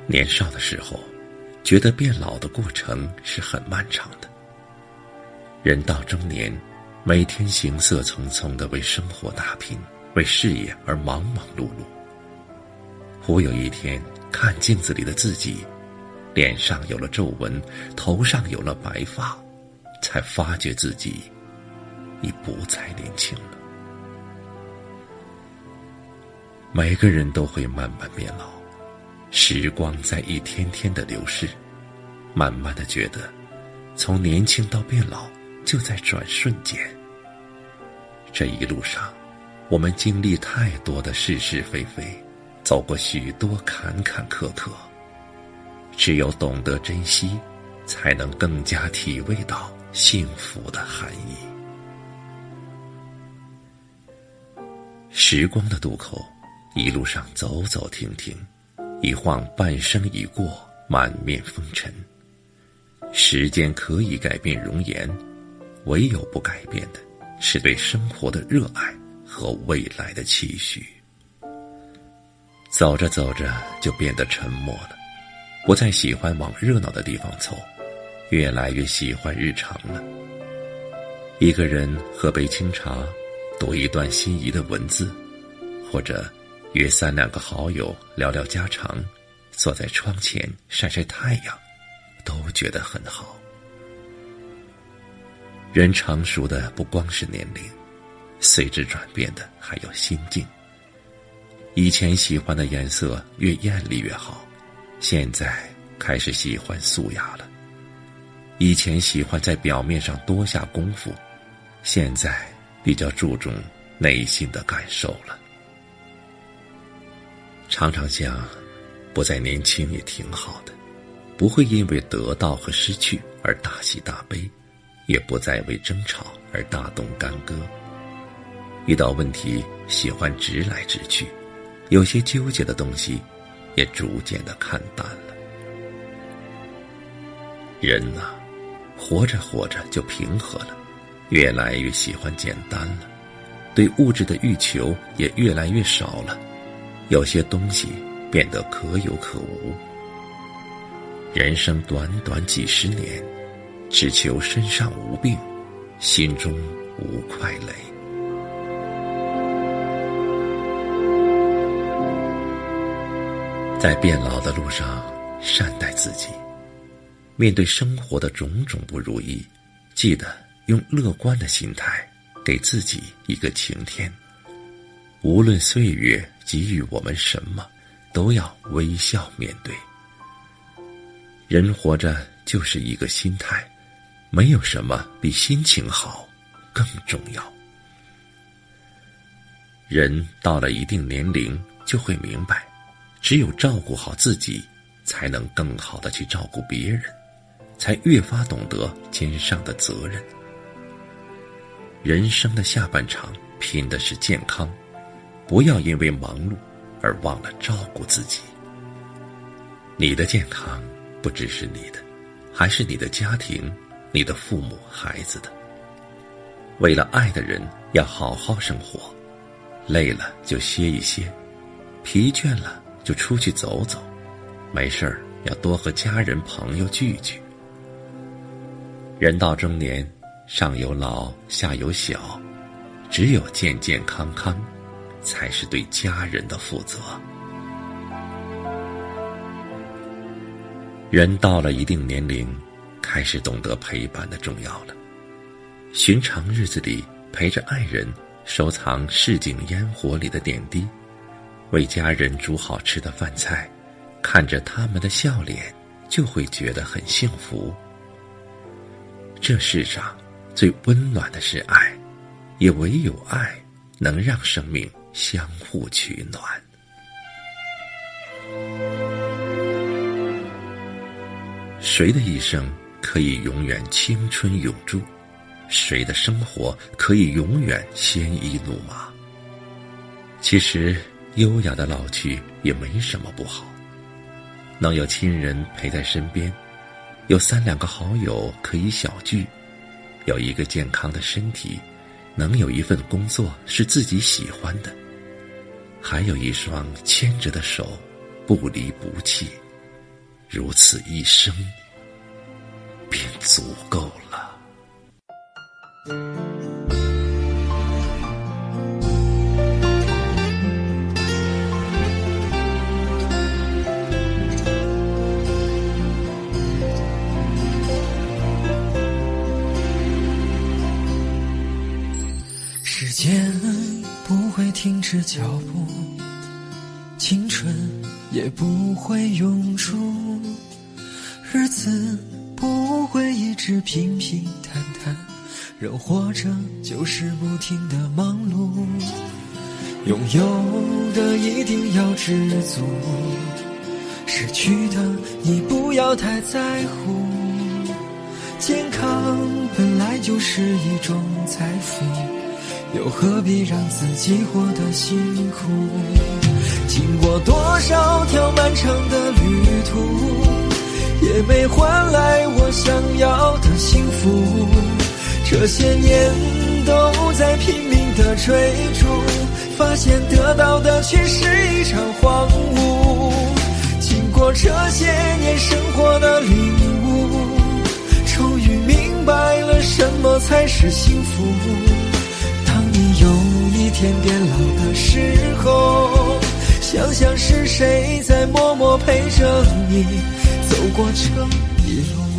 年少的时候，觉得变老的过程是很漫长的。人到中年，每天行色匆匆地为生活打拼，为事业而忙忙碌碌。忽有一天，看镜子里的自己，脸上有了皱纹，头上有了白发，才发觉自己已不再年轻了。每个人都会慢慢变老，时光在一天天的流逝，慢慢的觉得，从年轻到变老，就在转瞬间。这一路上，我们经历太多的是是非非，走过许多坎坎坷坷。只有懂得珍惜，才能更加体味到幸福的含义。时光的渡口，一路上走走停停，一晃半生已过，满面风尘。时间可以改变容颜，唯有不改变的是对生活的热爱和未来的期许。走着走着就变得沉默了，不再喜欢往热闹的地方凑，越来越喜欢日常了。一个人喝杯清茶，读一段心仪的文字，或者约3、2个好友聊聊家常，坐在窗前晒晒太阳，都觉得很好。人成熟的不光是年龄，随之转变的还有心境。以前喜欢的颜色越艳丽越好，现在开始喜欢素雅了。以前喜欢在表面上多下功夫，现在比较注重内心的感受了。常常想，不再年轻也挺好的，不会因为得到和失去而大喜大悲，也不再为争吵而大动干戈。遇到问题喜欢直来直去，有些纠结的东西也逐渐地看淡了。人啊，活着活着就平和了，越来越喜欢简单了，对物质的欲求也越来越少了，有些东西变得可有可无。人生短短几十年，只求身上无病，心中无快累。在变老的路上，善待自己，面对生活的种种不如意，记得用乐观的心态给自己一个晴天。无论岁月给予我们什么，都要微笑面对。人活着就是一个心态，没有什么比心情好更重要。人到了一定年龄，就会明白，只有照顾好自己，才能更好地去照顾别人，才越发懂得肩上的责任。人生的下半场拼的是健康，不要因为忙碌而忘了照顾自己。你的健康不只是你的，还是你的家庭、你的父母、孩子的。为了爱的人，要好好生活，累了就歇一歇，疲倦了就出去走走，没事儿要多和家人朋友聚聚。人到中年，上有老下有小，只有健健康康，才是对家人的负责。人到了一定年龄，开始懂得陪伴的重要了。寻常日子里，陪着爱人，收藏市井烟火里的点滴，为家人煮好吃的饭菜，看着他们的笑脸，就会觉得很幸福。这世上最温暖的是爱，也唯有爱能让生命相互取暖。谁的一生可以永远青春永驻？谁的生活可以永远鲜衣怒马？其实优雅的老去也没什么不好，能有亲人陪在身边，有3、2个好友可以小聚，有一个健康的身体，能有一份工作是自己喜欢的，还有一双牵着的手，不离不弃， 如此一生便足够了。 时间不会停止脚步，青春也不会永驻，日子不会一直平平淡淡，人活着就是不停的忙碌，拥有的一定要知足，失去的你不要太在乎，健康本来就是一种财富，又何必让自己活得辛苦？经过多少条漫长的旅途，也没换来我想要的幸福。这些年都在拼命的追逐，发现得到的却是一场荒芜。经过这些年生活的领悟，终于明白了什么才是幸福。有一天变老的时候，想想是谁在默默陪着你走过这一路。